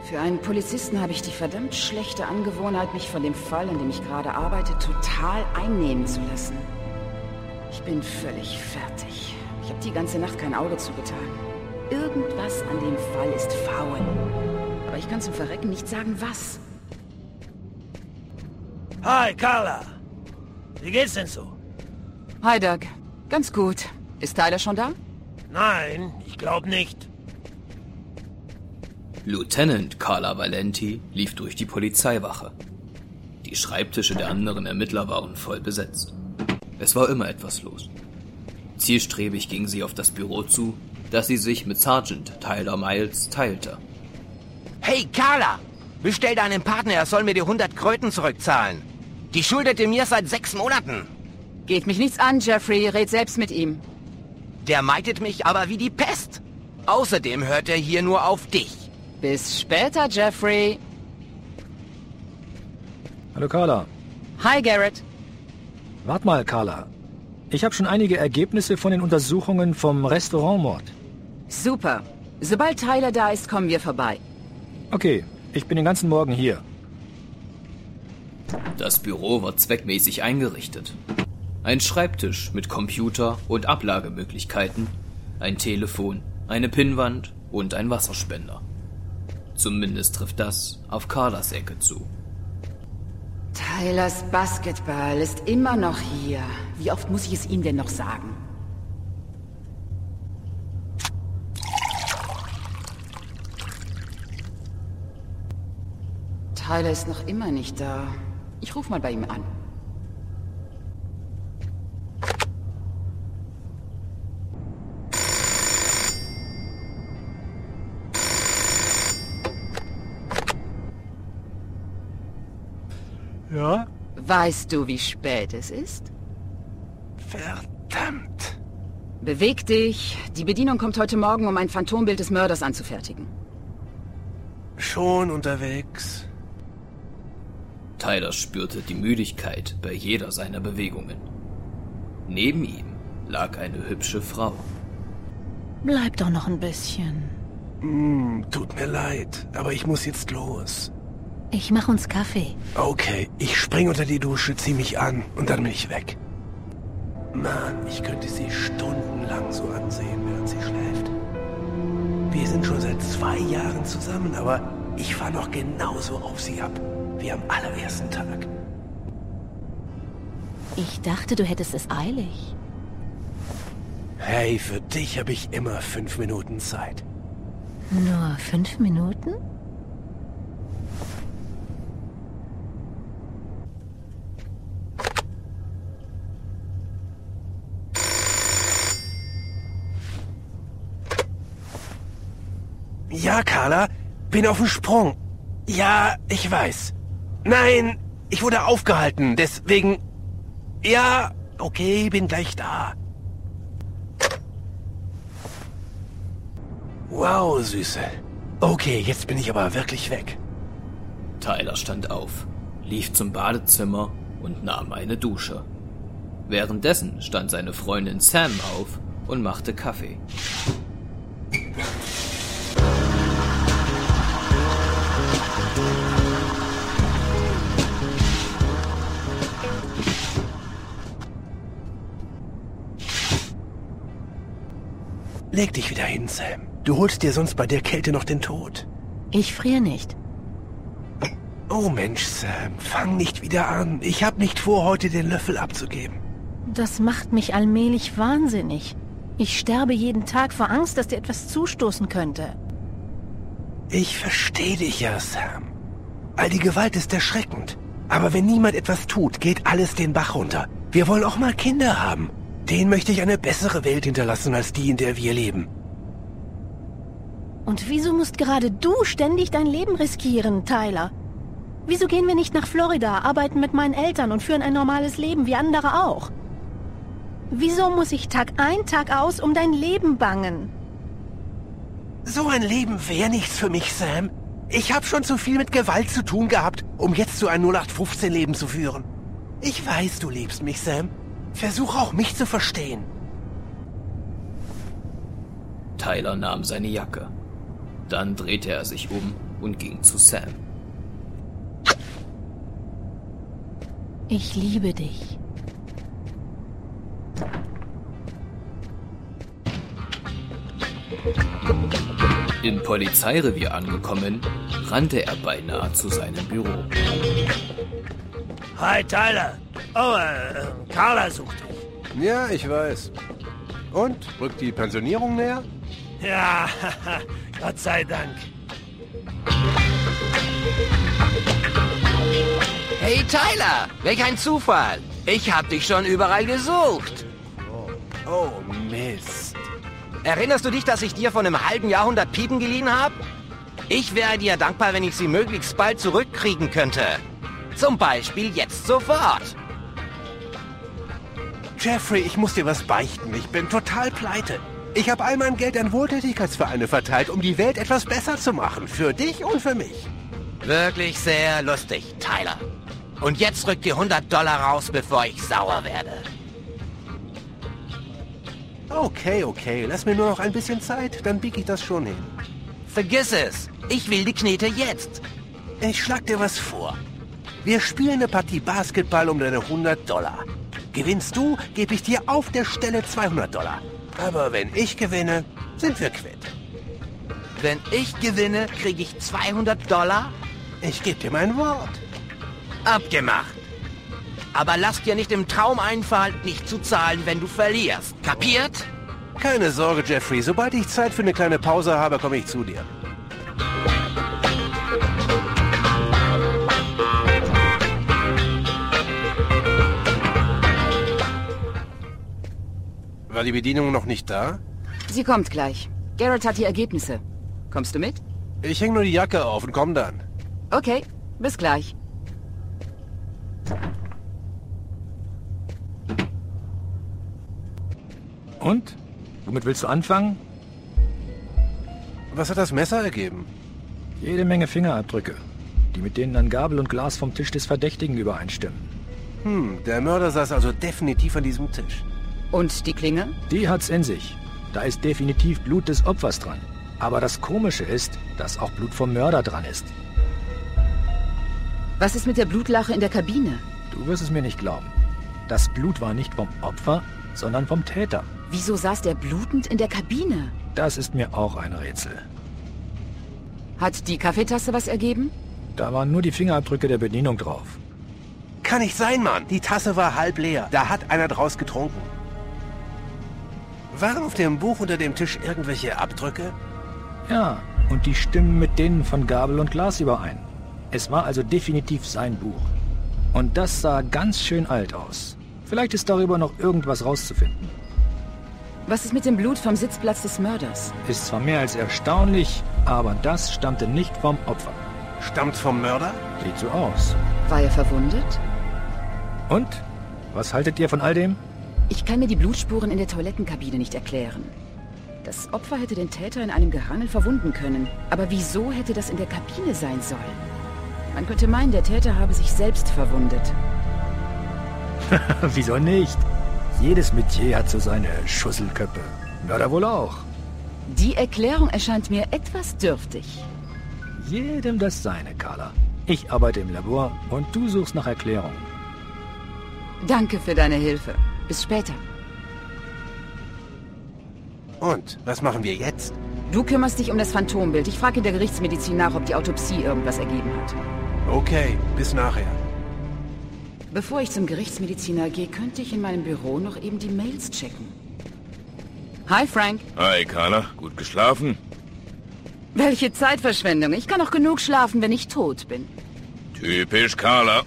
Für einen Polizisten habe ich die verdammt schlechte Angewohnheit, mich von dem Fall, an dem ich gerade arbeite, total einnehmen zu lassen. Ich bin völlig fertig. Ich habe die ganze Nacht kein Auge zugetan. Irgendwas an dem Fall ist faul. Aber ich kann zum Verrecken nicht sagen, was. Hi, Carla. Wie geht's denn so? Hi, Doug. Ganz gut. Ist Tyler schon da? Nein, ich glaube nicht. Lieutenant Carla Valenti lief durch die Polizeiwache. Die Schreibtische der anderen Ermittler waren voll besetzt. Es war immer etwas los. Zielstrebig ging sie auf das Büro zu, das sie sich mit Sergeant Tyler Miles teilte. Hey, Carla! Bestell deinem Partner, er soll mir die 100 Kröten zurückzahlen. Die schuldet er mir seit 6 Monaten. Geht mich nichts an, Jeffrey. Red selbst mit ihm. Der meidet mich aber wie die Pest. Außerdem hört er hier nur auf dich. Bis später, Jeffrey. Hallo Carla. Hi, Garrett. Wart mal, Carla. Ich habe schon einige Ergebnisse von den Untersuchungen vom Restaurantmord. Super. Sobald Tyler da ist, kommen wir vorbei. Okay, ich bin den ganzen Morgen hier. Das Büro war zweckmäßig eingerichtet. Ein Schreibtisch mit Computer und Ablagemöglichkeiten, ein Telefon, eine Pinnwand und ein Wasserspender. Zumindest trifft das auf Carlas Ecke zu. Tylers Basketball ist immer noch hier. Wie oft muss ich es ihm denn noch sagen? Tyler ist noch immer nicht da. Ich rufe mal bei ihm an. Ja? Weißt du, wie spät es ist? Verdammt. Beweg dich. Die Bedienung kommt heute Morgen, um ein Phantombild des Mörders anzufertigen. Schon unterwegs. Tyler spürte die Müdigkeit bei jeder seiner Bewegungen. Neben ihm lag eine hübsche Frau. Bleib doch noch ein bisschen. Tut mir leid, aber ich muss jetzt los. Ich mach uns Kaffee. Okay, ich spring unter die Dusche, zieh mich an und dann bin ich weg. Mann, ich könnte sie stundenlang so ansehen, während sie schläft. Wir sind schon seit 2 Jahren zusammen, aber ich fahr noch genauso auf sie ab, wie am allerersten Tag. Ich dachte, du hättest es eilig. Hey, für dich habe ich immer 5 Minuten Zeit. Nur 5 Minuten? Ja, Carla, bin auf dem Sprung. Ja, ich weiß. Nein, ich wurde aufgehalten, deswegen... Ja, okay, bin gleich da. Wow, Süße. Okay, jetzt bin ich aber wirklich weg. Tyler stand auf, lief zum Badezimmer und nahm eine Dusche. Währenddessen stand seine Freundin Sam auf und machte Kaffee. Leg dich wieder hin, Sam. Du holst dir sonst bei der Kälte noch den Tod. Ich friere nicht. Oh Mensch, Sam, fang nicht wieder an. Ich hab nicht vor, heute den Löffel abzugeben. Das macht mich allmählich wahnsinnig. Ich sterbe jeden Tag vor Angst, dass dir etwas zustoßen könnte. Ich verstehe dich ja, Sam. All die Gewalt ist erschreckend. Aber wenn niemand etwas tut, geht alles den Bach runter. Wir wollen auch mal Kinder haben. Denen möchte ich eine bessere Welt hinterlassen als die, in der wir leben. Und wieso musst gerade du ständig dein Leben riskieren, Tyler? Wieso gehen wir nicht nach Florida, arbeiten mit meinen Eltern und führen ein normales Leben wie andere auch? Wieso muss ich Tag ein, Tag aus um dein Leben bangen? So ein Leben wäre nichts für mich, Sam. Ich habe schon zu viel mit Gewalt zu tun gehabt, um jetzt so ein 0815-Leben zu führen. Ich weiß, du liebst mich, Sam. Versuch auch, mich zu verstehen. Tyler nahm seine Jacke. Dann drehte er sich um und ging zu Sam. Ich liebe dich. Im Polizeirevier angekommen, rannte er beinahe zu seinem Büro. Hi, Tyler. Oh, Carla sucht dich. Ja, ich weiß. Und? Rückt die Pensionierung näher? Ja, Gott sei Dank. Hey Tyler, welch ein Zufall. Ich hab dich schon überall gesucht. Oh, Mist. Erinnerst du dich, dass ich dir vor einem halben Jahrhundert Piepen geliehen habe? Ich wäre dir dankbar, wenn ich sie möglichst bald zurückkriegen könnte. Zum Beispiel jetzt sofort. Jeffrey, ich muss dir was beichten. Ich bin total pleite. Ich habe all mein Geld an Wohltätigkeitsvereine verteilt, um die Welt etwas besser zu machen. Für dich und für mich. Wirklich sehr lustig, Tyler. Und jetzt rück die $100 raus, bevor ich sauer werde. Okay. Lass mir nur noch ein bisschen Zeit, dann bieg ich das schon hin. Vergiss es. Ich will die Knete jetzt. Ich schlag dir was vor. Wir spielen eine Partie Basketball um deine $100. Gewinnst du, gebe ich dir auf der Stelle $200. Aber wenn ich gewinne, sind wir quitt. Wenn ich gewinne, kriege ich $200? Ich gebe dir mein Wort. Abgemacht. Aber lass dir nicht im Traum einfallen, nicht zu zahlen, wenn du verlierst. Kapiert? Keine Sorge, Jeffrey. Sobald ich Zeit für eine kleine Pause habe, komme ich zu dir. War die Bedienung noch nicht da? Sie kommt gleich. Garrett hat die Ergebnisse. Kommst du mit? Ich häng nur die Jacke auf und komm dann. Okay, bis gleich. Und? Womit willst du anfangen? Was hat das Messer ergeben? Jede Menge Fingerabdrücke, die mit denen an Gabel und Glas vom Tisch des Verdächtigen übereinstimmen. Der Mörder saß also definitiv an diesem Tisch. Und die Klinge? Die hat's in sich. Da ist definitiv Blut des Opfers dran. Aber das Komische ist, dass auch Blut vom Mörder dran ist. Was ist mit der Blutlache in der Kabine? Du wirst es mir nicht glauben. Das Blut war nicht vom Opfer, sondern vom Täter. Wieso saß der blutend in der Kabine? Das ist mir auch ein Rätsel. Hat die Kaffeetasse was ergeben? Da waren nur die Fingerabdrücke der Bedienung drauf. Kann nicht sein, Mann. Die Tasse war halb leer. Da hat einer draus getrunken. Waren auf dem Buch unter dem Tisch irgendwelche Abdrücke? Ja, und die stimmen mit denen von Gabel und Glas überein. Es war also definitiv sein Buch. Und das sah ganz schön alt aus. Vielleicht ist darüber noch irgendwas rauszufinden. Was ist mit dem Blut vom Sitzplatz des Mörders? Ist zwar mehr als erstaunlich, aber das stammte nicht vom Opfer. Stammt vom Mörder? Sieht so aus. War er verwundet? Und? Was haltet ihr von all dem? Ich kann mir die Blutspuren in der Toilettenkabine nicht erklären. Das Opfer hätte den Täter in einem Gerangel verwunden können. Aber wieso hätte das in der Kabine sein sollen? Man könnte meinen, der Täter habe sich selbst verwundet. Wieso nicht? Jedes Metier hat so seine Schusselköpfe. Mörder wohl auch. Die Erklärung erscheint mir etwas dürftig. Jedem das seine, Carla. Ich arbeite im Labor und du suchst nach Erklärungen. Danke für deine Hilfe. Bis später. Und, was machen wir jetzt? Du kümmerst dich um das Phantombild. Ich frage in der Gerichtsmedizin nach, ob die Autopsie irgendwas ergeben hat. Okay, bis nachher. Bevor ich zum Gerichtsmediziner gehe, könnte ich in meinem Büro noch eben die Mails checken. Hi, Frank. Hi, Carla. Gut geschlafen? Welche Zeitverschwendung. Ich kann auch genug schlafen, wenn ich tot bin. Typisch Carla.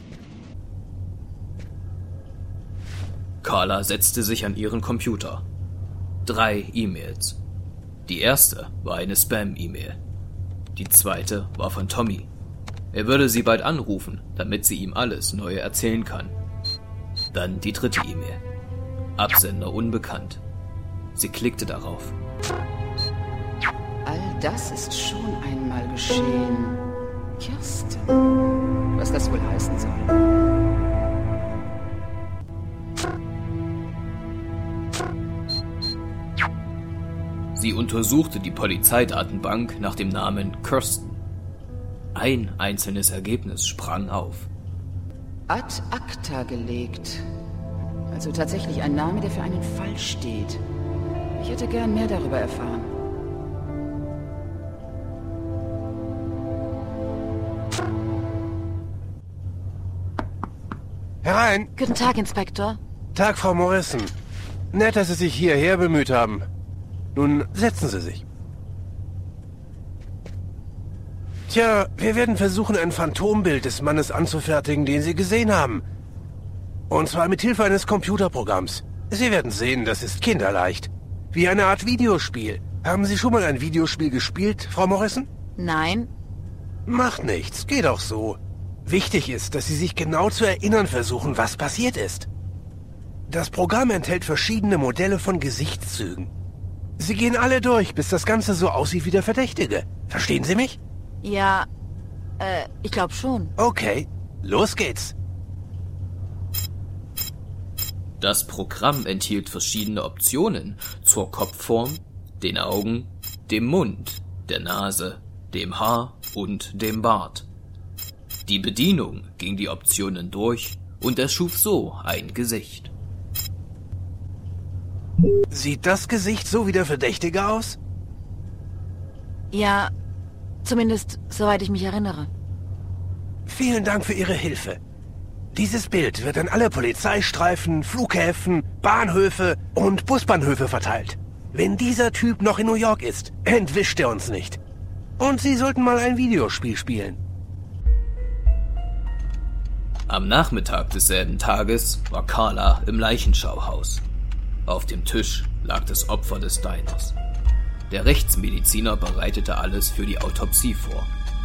Carla setzte sich an ihren Computer. 3 E-Mails. Die erste war eine Spam-E-Mail. Die zweite war von Tommy. Er würde sie bald anrufen, damit sie ihm alles Neue erzählen kann. Dann die dritte E-Mail. Absender unbekannt. Sie klickte darauf. All das ist schon einmal geschehen. Kirsten. Was das wohl heißen soll. Sie untersuchte die Polizeidatenbank nach dem Namen Kirsten. Ein einzelnes Ergebnis sprang auf. Ad acta gelegt. Also tatsächlich ein Name, der für einen Fall steht. Ich hätte gern mehr darüber erfahren. Herein! Guten Tag, Inspektor. Tag, Frau Morrison. Nett, dass Sie sich hierher bemüht haben. Nun, setzen Sie sich. Tja, wir werden versuchen, ein Phantombild des Mannes anzufertigen, den Sie gesehen haben. Und zwar mit Hilfe eines Computerprogramms. Sie werden sehen, das ist kinderleicht. Wie eine Art Videospiel. Haben Sie schon mal ein Videospiel gespielt, Frau Morrison? Nein. Macht nichts, geht auch so. Wichtig ist, dass Sie sich genau zu erinnern versuchen, was passiert ist. Das Programm enthält verschiedene Modelle von Gesichtszügen. Sie gehen alle durch, bis das Ganze so aussieht wie der Verdächtige. Verstehen Sie mich? Ja, ich glaube schon. Okay, los geht's. Das Programm enthielt verschiedene Optionen zur Kopfform, den Augen, dem Mund, der Nase, dem Haar und dem Bart. Die Bedienung ging die Optionen durch und erschuf so ein Gesicht. Sieht das Gesicht so wie der Verdächtige aus? Ja, zumindest soweit ich mich erinnere. Vielen Dank für Ihre Hilfe. Dieses Bild wird an alle Polizeistreifen, Flughäfen, Bahnhöfe und Busbahnhöfe verteilt. Wenn dieser Typ noch in New York ist, entwischt er uns nicht. Und Sie sollten mal ein Videospiel spielen. Am Nachmittag desselben Tages war Carla im Leichenschauhaus. Auf dem Tisch lag das Opfer des Diners. Der Rechtsmediziner bereitete alles für die Autopsie vor.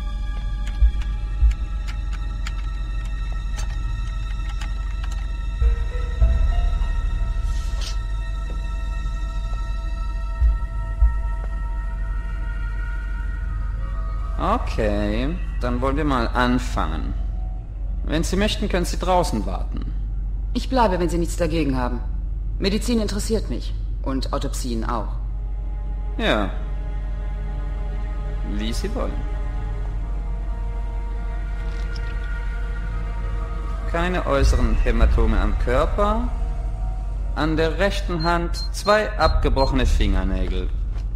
Okay, dann wollen wir mal anfangen. Wenn Sie möchten, können Sie draußen warten. Ich bleibe, wenn Sie nichts dagegen haben. Medizin interessiert mich. Und Autopsien auch. Ja. Wie Sie wollen. Keine äußeren Hämatome am Körper. An der rechten Hand 2 abgebrochene Fingernägel.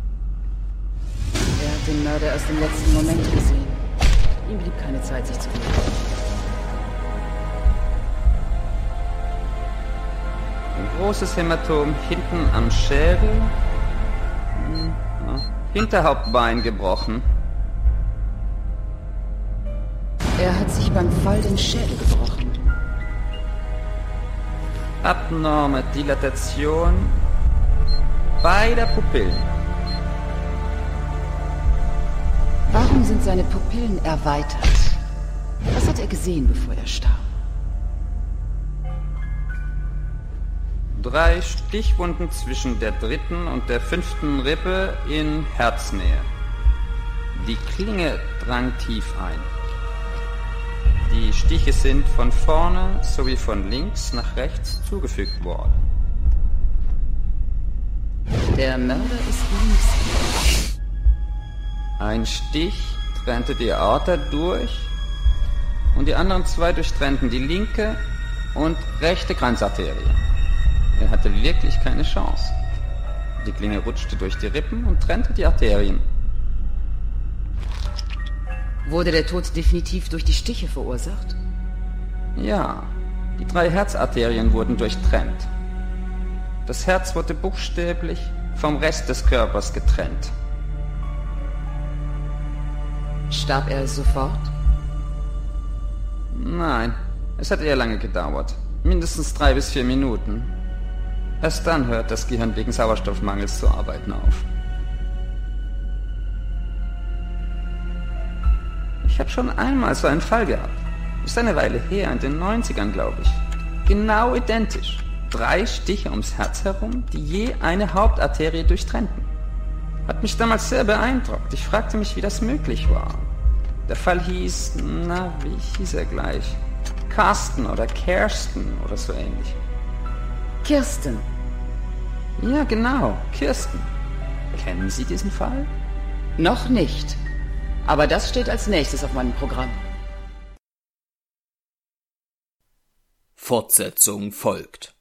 Er hat den Mörder erst im letzten Moment gesehen. Ihm blieb keine Zeit, sich zu wehren. Ein großes Hämatom hinten am Schädel. Hinterhauptbein gebrochen. Er hat sich beim Fall den Schädel gebrochen. Abnorme Dilatation beider Pupillen. Warum sind seine Pupillen erweitert? Was hat er gesehen, bevor er starb? 3 Stichwunden zwischen der 3. und der 5. Rippe in Herznähe. Die Klinge drang tief ein. Die Stiche sind von vorne sowie von links nach rechts zugefügt worden. Der Mörder ist links. Ein Stich trennte die Aorta durch und die anderen 2 durchtrennten die linke und rechte Kranzarterie. Er hatte wirklich keine Chance. Die Klinge rutschte durch die Rippen und trennte die Arterien. Wurde der Tod definitiv durch die Stiche verursacht? Ja, die 3 Herzarterien wurden durchtrennt. Das Herz wurde buchstäblich vom Rest des Körpers getrennt. Starb er sofort? Nein, es hat eher lange gedauert. Mindestens 3 bis 4 Minuten. Erst dann hört das Gehirn wegen Sauerstoffmangels zu arbeiten auf. Ich habe schon einmal so einen Fall gehabt. Ist eine Weile her, in den 90ern, glaube ich. Genau identisch. 3 Stiche ums Herz herum, die je eine Hauptarterie durchtrennten. Hat mich damals sehr beeindruckt. Ich fragte mich, wie das möglich war. Der Fall hieß, wie hieß er gleich? Carsten oder Kersten oder so ähnlich. Kirsten. Ja, genau, Kirsten. Kennen Sie diesen Fall? Noch nicht. Aber das steht als nächstes auf meinem Programm. Fortsetzung folgt.